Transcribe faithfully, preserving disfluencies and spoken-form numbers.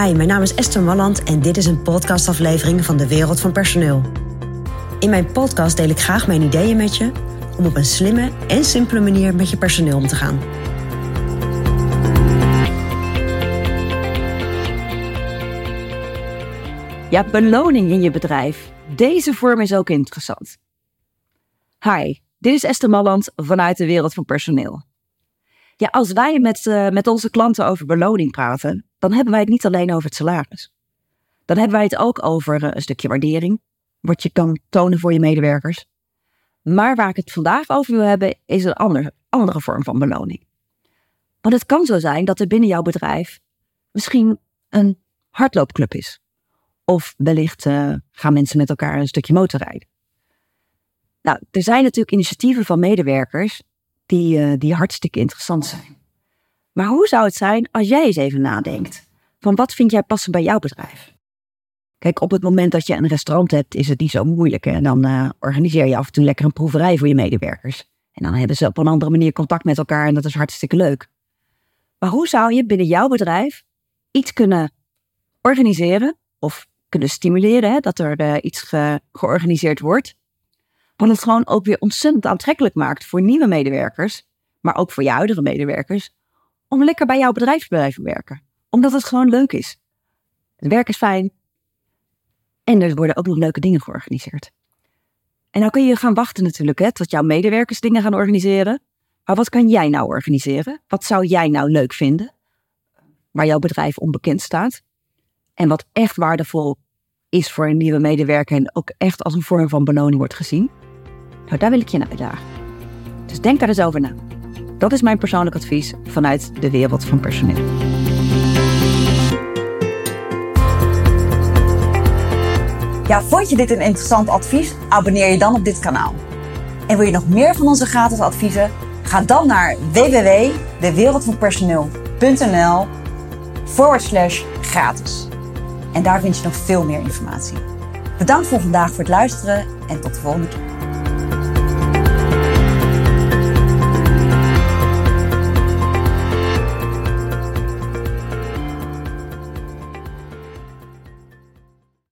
Hi, mijn naam is Esther Malland en dit is een podcastaflevering van de Wereld van Personeel. In mijn podcast deel ik graag mijn ideeën met je om op een slimme en simpele manier met je personeel om te gaan. Ja, beloning in je bedrijf. Deze vorm is ook interessant. Hi, dit is Esther Malland vanuit de Wereld van Personeel. Ja, als wij met, uh, met onze klanten over beloning praten, dan hebben wij het niet alleen over het salaris. Dan hebben wij het ook over uh, een stukje waardering, wat je kan tonen voor je medewerkers. Maar waar ik het vandaag over wil hebben, is een andere, andere vorm van beloning. Want het kan zo zijn dat er binnen jouw bedrijf misschien een hardloopclub is. Of wellicht uh, gaan mensen met elkaar een stukje motorrijden. Nou, er zijn natuurlijk initiatieven van medewerkers die, uh, die hartstikke interessant zijn. Maar hoe zou het zijn als jij eens even nadenkt van wat vind jij passen bij jouw bedrijf? Kijk, op het moment dat je een restaurant hebt, is het niet zo moeilijk. En dan uh, organiseer je af en toe lekker een proeverij voor je medewerkers. En dan hebben ze op een andere manier contact met elkaar en dat is hartstikke leuk. Maar hoe zou je binnen jouw bedrijf iets kunnen organiseren of kunnen stimuleren, hè, dat er uh, iets ge- georganiseerd wordt, wat het gewoon ook weer ontzettend aantrekkelijk maakt voor nieuwe medewerkers, maar ook voor je oudere medewerkers, om lekker bij jouw bedrijf te blijven werken. Omdat het gewoon leuk is. Het werk is fijn en er worden ook nog leuke dingen georganiseerd. En dan kun je gaan wachten natuurlijk, hè, tot jouw medewerkers dingen gaan organiseren. Maar wat kan jij nou organiseren? Wat zou jij nou leuk vinden? Waar jouw bedrijf onbekend staat. En wat echt waardevol is voor een nieuwe medewerker en ook echt als een vorm van beloning wordt gezien. Nou, daar wil ik je naar uitdagen. Dus denk daar eens over na. Dat is mijn persoonlijk advies vanuit de Wereld van Personeel. Ja, vond je dit een interessant advies? Abonneer je dan op dit kanaal. En wil je nog meer van onze gratis adviezen? Ga dan naar w w w punt dewereldvanpersoneel punt n l forward slash gratis. En daar vind je nog veel meer informatie. Bedankt voor vandaag voor het luisteren en tot de volgende keer.